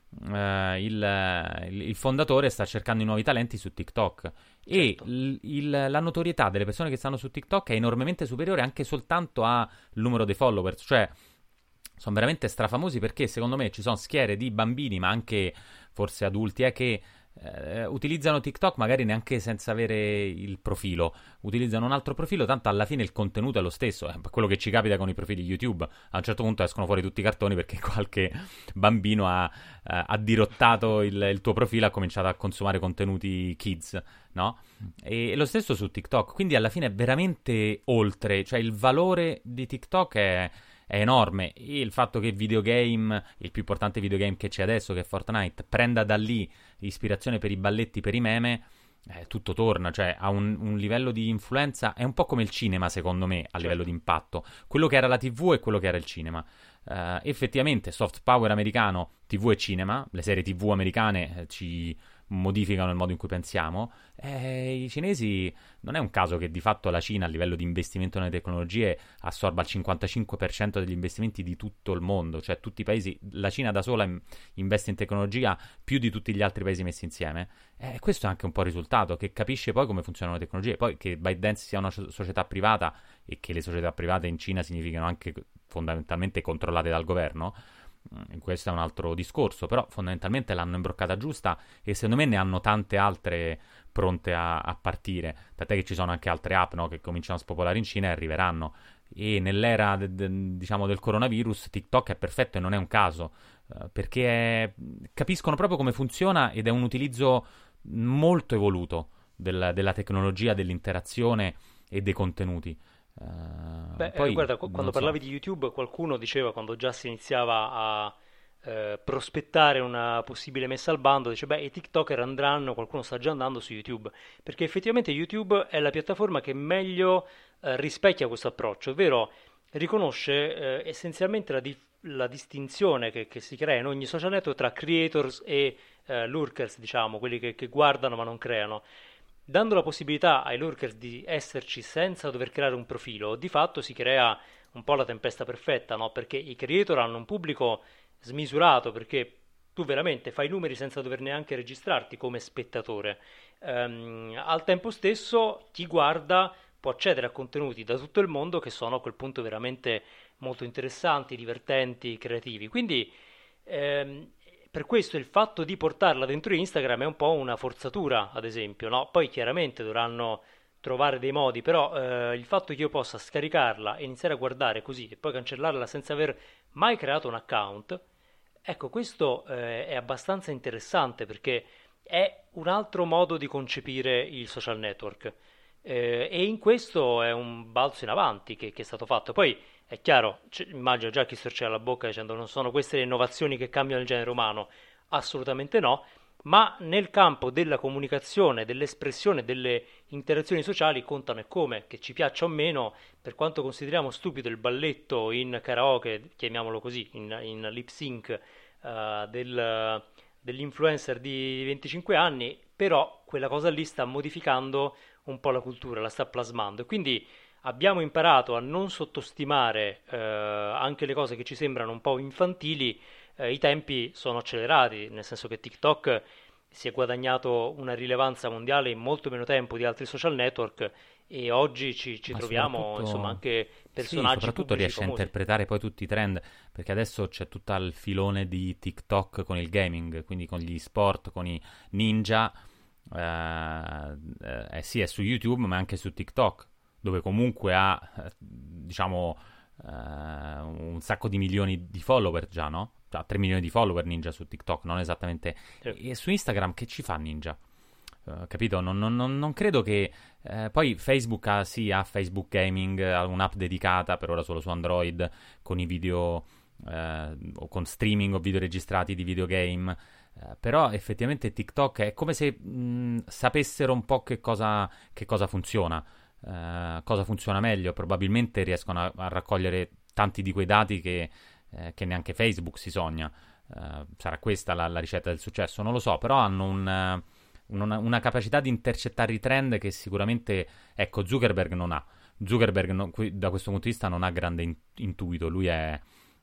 [SPEAKER 5] eh, il, il- il fondatore, sta cercando i nuovi talenti su TikTok e
[SPEAKER 1] Certo.
[SPEAKER 5] il- il- la notorietà delle persone che stanno su TikTok è enormemente superiore anche soltanto al numero dei followers, cioè sono veramente strafamosi perché secondo me ci sono schiere di bambini, ma anche forse adulti, eh, che eh, utilizzano TikTok magari neanche senza avere il profilo, utilizzano un altro profilo, tanto alla fine il contenuto è lo stesso, è quello che ci capita con i profili YouTube. A un certo punto escono fuori tutti i cartoni perché qualche bambino ha, eh, ha dirottato il, il tuo profilo, ha cominciato a consumare contenuti kids, no? E, e lo stesso su TikTok, quindi alla fine è veramente oltre, cioè il valore di TikTok è è enorme. E il fatto che il videogame, il più importante videogame che c'è adesso, che è Fortnite, prenda da lì ispirazione per i balletti, per i meme, eh, tutto torna, cioè ha un, un livello di influenza, è un po' come il cinema secondo me a livello
[SPEAKER 1] Certo.
[SPEAKER 5] di impatto, quello che era la T V e quello che era il cinema. Eh, effettivamente soft power americano, T V e cinema, le serie T V americane eh, ci modificano il modo in cui pensiamo. Eh, i cinesi, non è un caso che di fatto la Cina a livello di investimento nelle tecnologie assorba il cinquantacinque per cento degli investimenti di tutto il mondo, cioè tutti i paesi, la Cina da sola in- investe in tecnologia più di tutti gli altri paesi messi insieme. Eh, questo è anche un po' il risultato, che capisce poi come funzionano le tecnologie, poi che ByteDance sia una so- società privata e che le società private in Cina significano anche fondamentalmente controllate dal governo. Mm, questo è un altro discorso, però fondamentalmente l'hanno imbroccata giusta e secondo me ne hanno tante altre pronte a, a partire, tant'è che ci sono anche altre app, no, che cominciano a spopolare in Cina e arriveranno. E nell'era de- de- diciamo del coronavirus TikTok è perfetto e non è un caso, eh, perché è- capiscono proprio come funziona ed è un utilizzo molto evoluto del- della tecnologia, dell'interazione e dei contenuti. Eh,
[SPEAKER 1] Beh, eh,
[SPEAKER 5] poi
[SPEAKER 1] guarda, qu- quando
[SPEAKER 5] non so.
[SPEAKER 1] parlavi di YouTube, qualcuno diceva, quando già si iniziava a eh, prospettare una possibile messa al bando, dice, beh, i TikToker andranno, qualcuno sta già andando su YouTube, perché effettivamente YouTube è la piattaforma che meglio eh, rispecchia questo approccio, ovvero riconosce eh, essenzialmente la, dif- la distinzione che, che si crea in ogni social network tra creators e eh, lurkers, diciamo, quelli che, che guardano ma non creano. Dando la possibilità ai lurkers di esserci senza dover creare un profilo, di fatto si crea un po' la tempesta perfetta, no? Perché i creator hanno un pubblico smisurato, perché tu veramente fai numeri senza dover neanche registrarti come spettatore. Ehm, al tempo stesso, chi guarda può accedere a contenuti da tutto il mondo che sono a quel punto veramente molto interessanti, divertenti, creativi. Quindi Ehm, per questo il fatto di portarla dentro Instagram è un po' una forzatura, ad esempio, no? Poi chiaramente dovranno trovare dei modi, però eh, il fatto che io possa scaricarla e iniziare a guardare così e poi cancellarla senza aver mai creato un account, ecco, questo eh, è abbastanza interessante perché è un altro modo di concepire il social network. Eh, e in questo è un balzo in avanti che, che è stato fatto. Poi È chiaro, c- immagino già chi storceva la bocca dicendo non sono queste le innovazioni che cambiano il genere umano, assolutamente no, ma nel campo della comunicazione, dell'espressione, delle interazioni sociali contano e come, che ci piaccia o meno, per quanto consideriamo stupido il balletto in karaoke, chiamiamolo così, in, in lip sync eh, del, dell'influencer di venticinque anni, però quella cosa lì sta modificando un po' la cultura, la sta plasmando e quindi abbiamo imparato a non sottostimare eh, anche le cose che ci sembrano un po' infantili. Eh, i tempi sono accelerati, nel senso che TikTok si è guadagnato una rilevanza mondiale in molto meno tempo di altri social network e oggi ci, ci
[SPEAKER 5] Ma
[SPEAKER 1] troviamo
[SPEAKER 5] soprattutto,
[SPEAKER 1] insomma anche
[SPEAKER 5] sì,
[SPEAKER 1] personaggi
[SPEAKER 5] soprattutto
[SPEAKER 1] pubblici
[SPEAKER 5] riesce a
[SPEAKER 1] famosi.
[SPEAKER 5] interpretare poi tutti i trend, perché adesso c'è tutto il filone di TikTok con il gaming, quindi con gli sport, con i ninja, eh, eh, sì, è su YouTube, ma anche su TikTok, dove comunque ha, eh, diciamo, eh, un sacco di milioni di follower già, no? Ha tre milioni di follower Ninja su TikTok, non esattamente.
[SPEAKER 1] Sì.
[SPEAKER 5] E su Instagram che ci fa Ninja? Uh, capito? Non, non- non- non credo che... eh, poi Facebook ha, sì, ha Facebook Gaming, ha un'app dedicata, per ora solo su Android, con i video, eh, o con streaming o video registrati di videogame. Eh, però effettivamente TikTok è come se mh, sapessero un po' che cosa, che cosa funziona, eh, cosa funziona meglio. Probabilmente riescono a, a raccogliere tanti di quei dati che, eh, che neanche Facebook si sogna. Eh, sarà questa la, la ricetta del successo? Non lo so, però hanno un... eh, una, una capacità di intercettare i trend che sicuramente, ecco, Zuckerberg non ha. Zuckerberg non- qui- da questo punto di vista non ha grande in- intuito, lui è,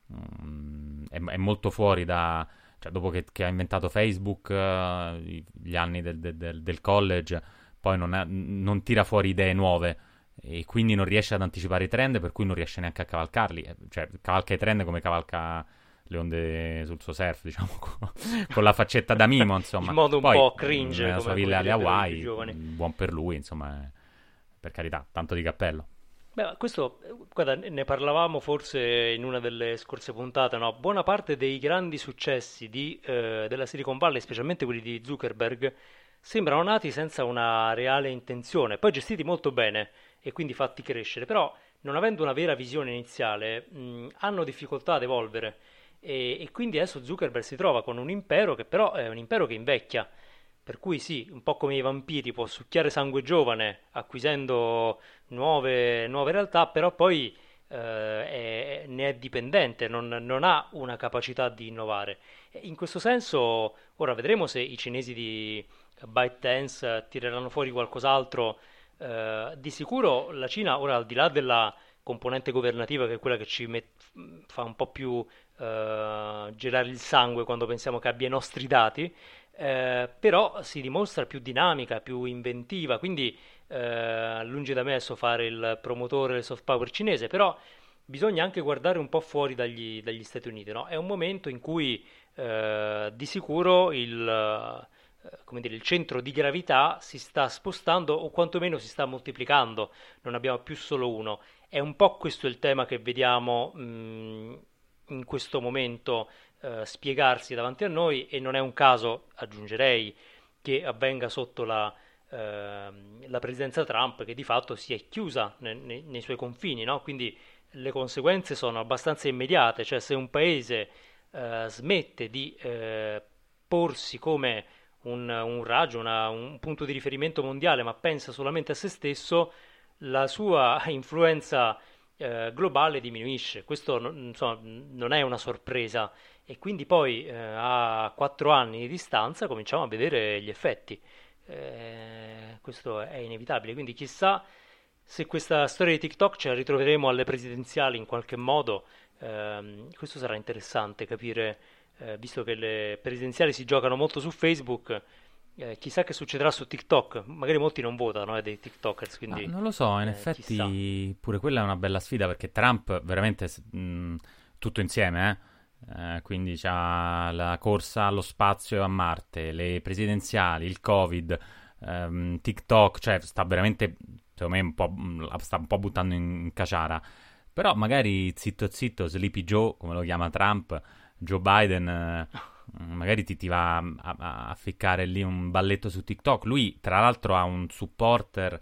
[SPEAKER 5] mm, è, è molto fuori da... Cioè, dopo che, che ha inventato Facebook, eh, i- gli anni del, del- del- del college, poi non, ha- non tira fuori idee nuove e quindi non riesce ad anticipare i trend, per cui non riesce neanche a cavalcarli. Eh, Cioè, cavalca i trend come cavalca le onde sul suo surf, diciamo, con con la faccetta da mimo, insomma.
[SPEAKER 1] In modo un
[SPEAKER 5] Poi,
[SPEAKER 1] po'
[SPEAKER 5] mh,
[SPEAKER 1] cringe,
[SPEAKER 5] nella
[SPEAKER 1] come,
[SPEAKER 5] sua
[SPEAKER 1] come
[SPEAKER 5] villa alle
[SPEAKER 1] direbbero i più
[SPEAKER 5] Hawaii,
[SPEAKER 1] giovani.
[SPEAKER 5] mh, buon per lui, insomma, eh, per carità, tanto di cappello.
[SPEAKER 1] Beh, ma questo, eh, guarda, ne parlavamo forse in una delle scorse puntate, no? Buona parte dei grandi successi di, eh, della Silicon Valley, specialmente quelli di Zuckerberg, sembrano nati senza una reale intenzione, poi gestiti molto bene e quindi fatti crescere, però non avendo una vera visione iniziale, mh, hanno difficoltà ad evolvere e, e quindi adesso Zuckerberg si trova con un impero che però è un impero che invecchia. Per cui sì, un po' come i vampiri, può succhiare sangue giovane acquisendo nuove, nuove realtà, però poi eh, è- ne è dipendente, non, non ha una capacità di innovare. E in questo senso, ora vedremo se i cinesi di ByteDance eh, tireranno fuori qualcos'altro. Eh, di sicuro la Cina, ora al di là della componente governativa, che è quella che ci met- fa un po' più eh, gelare il sangue quando pensiamo che abbia i nostri dati, eh, però si dimostra più dinamica, più inventiva, quindi eh, lungi da me adesso fare il promotore del soft power cinese, però bisogna anche guardare un po' fuori dagli, dagli Stati Uniti, no? È un momento in cui eh, di sicuro il, eh, come dire, il centro di gravità si sta spostando o quantomeno si sta moltiplicando, non abbiamo più solo uno. È un po' questo il tema che vediamo mh, in questo momento eh, spiegarsi davanti a noi e non è un caso, aggiungerei, che avvenga sotto la, ehm, la presidenza Trump che di fatto si è chiusa ne- ne- nei suoi confini, no? Quindi le conseguenze sono abbastanza immediate, cioè se un paese eh, smette di eh, porsi come un, un raggio, una- un punto di riferimento mondiale, ma pensa solamente a se stesso, la sua influenza eh, globale diminuisce. Questo non, insomma, non è una sorpresa e quindi poi eh, a quattro anni di distanza cominciamo a vedere gli effetti. Eh, questo è inevitabile, quindi chissà se questa storia di TikTok ce la ritroveremo alle presidenziali in qualche modo. Ehm, questo sarà interessante capire, eh, visto che le presidenziali si giocano molto su Facebook, eh, chissà che succederà su TikTok. Magari molti non votano, eh, dei TikTokers,
[SPEAKER 5] Ah,
[SPEAKER 1] quindi
[SPEAKER 5] non lo so, in
[SPEAKER 1] eh, chissà.
[SPEAKER 5] effetti pure quella è una bella sfida perché Trump veramente s- mh, tutto insieme, eh? Eh, quindi c'ha la corsa allo spazio e a Marte, le presidenziali, il Covid, ehm, TikTok, cioè sta veramente, secondo me, un po', mh, la sta un po' buttando in caciara. Però magari zitto zitto, Sleepy Joe, come lo chiama Trump, Joe Biden, eh, magari ti, ti va a, a- a ficcare lì un balletto su TikTok. Lui, tra l'altro, ha un supporter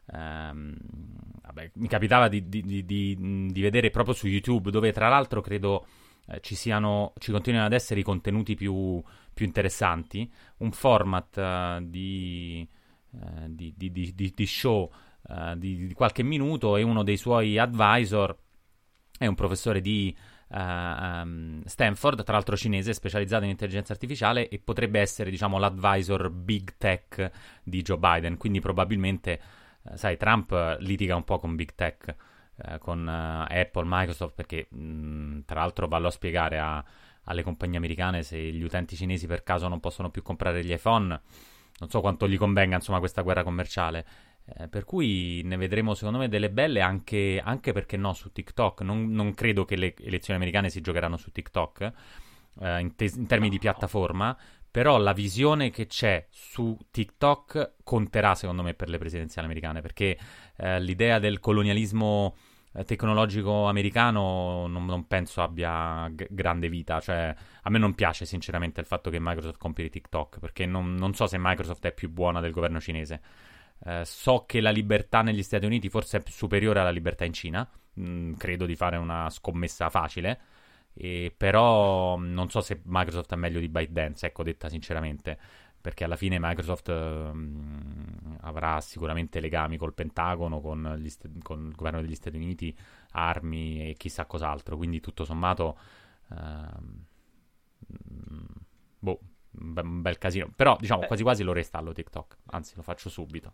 [SPEAKER 5] Ehm, vabbè, mi capitava di, di, di, di, di vedere proprio su YouTube, dove tra l'altro credo eh, ci siano, ci continuano ad essere i contenuti più, più interessanti, un format eh, di, eh, di, di, di, di, di show eh, di, di qualche minuto, e uno dei suoi advisor è un professore di uh, um, Stanford, tra l'altro cinese, specializzato in intelligenza artificiale, e potrebbe essere, diciamo, l'advisor big tech di Joe Biden. Quindi probabilmente, uh, sai, Trump litiga un po' con big tech, uh, con uh, Apple, Microsoft, perché mh, tra l'altro vallo a spiegare a, alle compagnie americane, se gli utenti cinesi per caso non possono più comprare gli iPhone, non so quanto gli convenga, insomma, questa guerra commerciale. Eh, per cui ne vedremo secondo me delle belle, anche, anche perché no, su TikTok. Non, non credo che le elezioni americane si giocheranno su TikTok eh, in, te- in termini
[SPEAKER 1] No,
[SPEAKER 5] di piattaforma, però la visione che c'è su TikTok conterà secondo me per le presidenziali americane, perché eh, l'idea del colonialismo eh, tecnologico americano non, non penso abbia g- grande vita. Cioè, a me non piace sinceramente il fatto che Microsoft compri TikTok, perché non, non so se Microsoft è più buona del governo cinese. Uh, so che la libertà negli Stati Uniti forse è superiore alla libertà in Cina, mm, credo di fare una scommessa facile, e però non so se Microsoft è meglio di ByteDance, ecco, detta sinceramente, perché alla fine Microsoft uh, avrà sicuramente legami col Pentagono, con, gli st- con il governo degli Stati Uniti, armi e chissà cos'altro, quindi tutto sommato uh, boh, un bel casino. Però, diciamo,
[SPEAKER 1] Beh.
[SPEAKER 5] quasi quasi lo reinstallo TikTok. Anzi, lo faccio subito.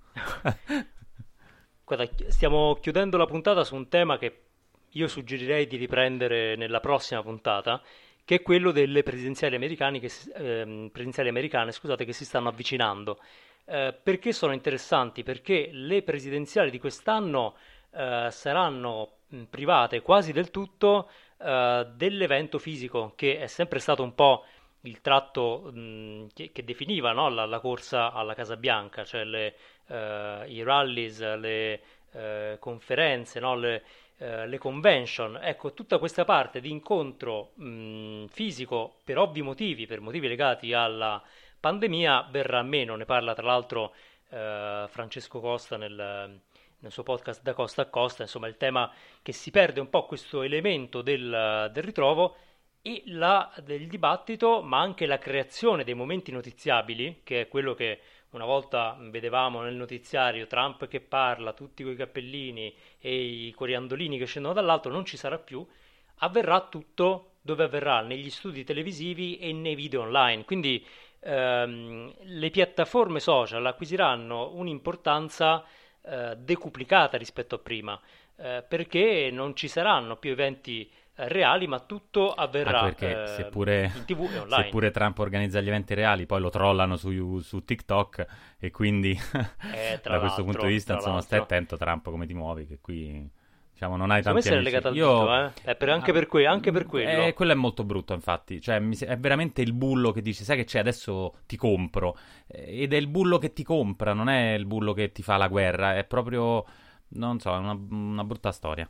[SPEAKER 1] Guarda, chi- stiamo chiudendo la puntata su un tema che io suggerirei di riprendere nella prossima puntata, che è quello delle presidenziali americane che si, ehm, presidenziali americane, scusate, che si stanno avvicinando. Eh, perché sono interessanti? Perché le presidenziali di quest'anno eh, saranno mh, private quasi del tutto eh, dell'evento fisico, che è sempre stato un po' il tratto mh, che, che definiva, no, la, la corsa alla Casa Bianca, cioè le, eh, i rallies, le eh, conferenze, no, le, eh, le convention. Ecco, tutta questa parte di incontro mh, fisico per ovvi motivi, per motivi legati alla pandemia, verrà meno. Ne parla tra l'altro eh, Francesco Costa nel, nel suo podcast Da Costa a Costa. Insomma, il tema che si perde un po' questo elemento del, del ritrovo e la, del dibattito, ma anche la creazione dei momenti notiziabili, che è quello che una volta vedevamo nel notiziario, Trump che parla, tutti coi cappellini e i coriandolini che scendono dall'alto, non ci sarà più, avverrà tutto dove avverrà, negli studi televisivi e nei video online. Quindi ehm, le piattaforme social acquisiranno un'importanza eh, decuplicata rispetto a prima, eh, perché non ci saranno più eventi eh, reali, ma tutto
[SPEAKER 5] Anche
[SPEAKER 1] avverrà
[SPEAKER 5] perché
[SPEAKER 1] eh,
[SPEAKER 5] seppure,
[SPEAKER 1] in T V e online.
[SPEAKER 5] seppure Trump organizza gli eventi reali, poi lo trollano su, su TikTok, e quindi
[SPEAKER 1] Eh, tra
[SPEAKER 5] da questo
[SPEAKER 1] l'altro,
[SPEAKER 5] punto di vista,
[SPEAKER 1] tra
[SPEAKER 5] insomma, stai
[SPEAKER 1] l'altro.
[SPEAKER 5] attento Trump come ti muovi, che qui, diciamo, non hai
[SPEAKER 1] Secondo me
[SPEAKER 5] tanti
[SPEAKER 1] se l'è
[SPEAKER 5] amici.
[SPEAKER 1] legata al
[SPEAKER 5] Io...
[SPEAKER 1] dito, eh? È per- anche
[SPEAKER 5] ah,
[SPEAKER 1] per, que- anche per
[SPEAKER 5] eh,
[SPEAKER 1] quello.
[SPEAKER 5] quello è molto brutto, infatti. Cioè, mi se- è veramente il bullo che dice, sai che c'è, adesso ti compro. Eh, Ed è il bullo che ti compra, non è il bullo che ti fa la guerra, è proprio, non so, è una, una brutta storia.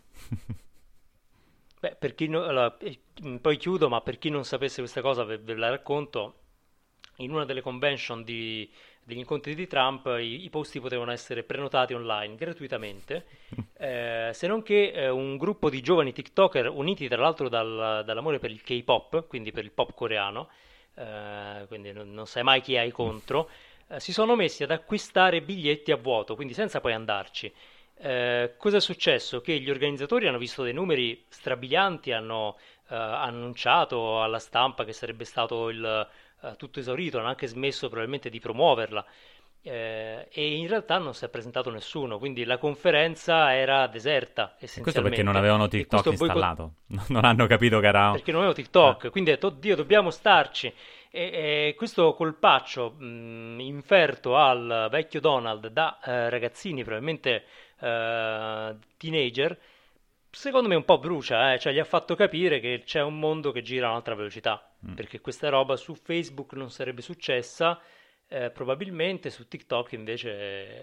[SPEAKER 1] Beh, per chi no- allora, eh, mh, poi chiudo, ma per chi non sapesse questa cosa ve, ve la racconto. In una delle convention di- degli incontri di Trump i, i posti potevano essere prenotati online gratuitamente, eh, se non che eh, un gruppo di giovani TikToker uniti tra l'altro dal- dall'amore per il K-pop, quindi per il pop coreano, eh, quindi non, non sai mai chi hai contro, eh, si sono messi ad acquistare biglietti a vuoto, quindi senza poi andarci. Eh, cosa è successo? Che gli organizzatori hanno visto dei numeri strabilianti, hanno eh, annunciato alla stampa che sarebbe stato il, eh, tutto esaurito, hanno anche smesso probabilmente di promuoverla, eh, e in realtà non si è presentato nessuno, quindi la conferenza era deserta
[SPEAKER 5] E questo perché non
[SPEAKER 1] essenzialmente.
[SPEAKER 5] avevano
[SPEAKER 1] E
[SPEAKER 5] TikTok
[SPEAKER 1] questo boicott-
[SPEAKER 5] installato. Non hanno capito che era...
[SPEAKER 1] perché non avevo
[SPEAKER 5] Eh.
[SPEAKER 1] TikTok, quindi ho detto, oddio, dobbiamo starci. E, e questo colpaccio mh, inferto al vecchio Donald da eh, ragazzini, probabilmente eh, teenager, secondo me un po' brucia, eh, cioè gli ha fatto capire che c'è un mondo che gira a un'altra velocità,
[SPEAKER 5] Mm.
[SPEAKER 1] perché questa roba su Facebook non sarebbe successa, eh, probabilmente su TikTok invece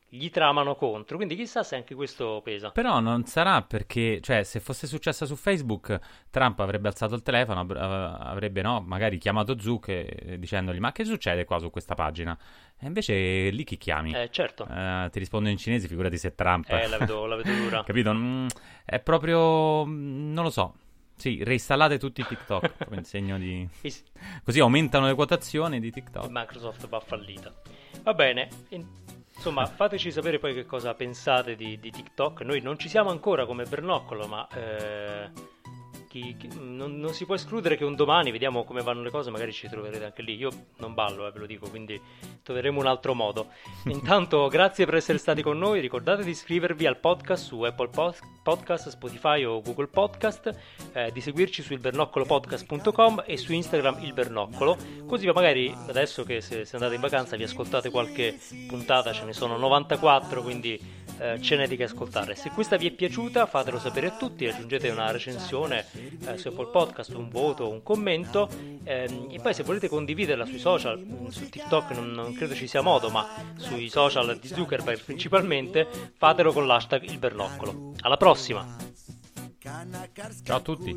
[SPEAKER 1] gli tramano contro, quindi chissà se anche questo pesa.
[SPEAKER 5] Però non sarà perché, cioè, se fosse successo su Facebook, Trump avrebbe alzato il telefono, av- avrebbe, no, magari chiamato Zuck e- dicendogli ma che succede qua su questa pagina? E invece lì chi chiami?
[SPEAKER 1] Eh, certo.
[SPEAKER 5] Eh, ti rispondo in cinese, figurati se Trump...
[SPEAKER 1] Eh, la vedo, la vedo dura.
[SPEAKER 5] Capito? Mm, è proprio... mm, non lo so. Sì, reinstallate tutti TikTok come in segno di...
[SPEAKER 1] Is-
[SPEAKER 5] Così aumentano le quotazioni di TikTok.
[SPEAKER 1] Microsoft va fallita. Va bene, in- insomma, fateci sapere poi che cosa pensate di, di TikTok. Noi non ci siamo ancora come Bernoccolo, ma eh, chi- chi- non, non si può escludere che un domani, vediamo come vanno le cose, magari ci troverete anche lì. Io non ballo, eh, ve lo dico, quindi troveremo un altro modo. Intanto, grazie per essere stati con noi. Ricordate di iscrivervi al podcast su Apple Pod- Podcast, Spotify o Google Podcast, eh, di seguirci su ilbernoccolopodcast punto com e su Instagram il Bernoccolo, così magari adesso che se, se andate in vacanza vi ascoltate qualche puntata, ce ne sono novantaquattro, quindi eh, ce n'è di che ascoltare. Se questa vi è piaciuta fatelo sapere a tutti, aggiungete una recensione eh, su Apple Podcast, un voto, un commento, ehm, e poi se volete condividerla sui social, mh, su TikTok non, non credo ci sia modo, ma sui social di Zuckerberg principalmente, fatelo con l'hashtag il Bernoccolo. Alla prossima!
[SPEAKER 5] Ciao a tutti.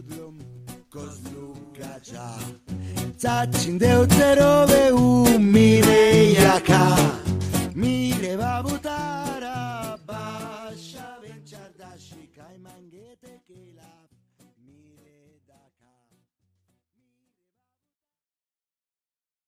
[SPEAKER 2] Zacindeu zerove un mireyaka mire va butara basha venciardashi kai mange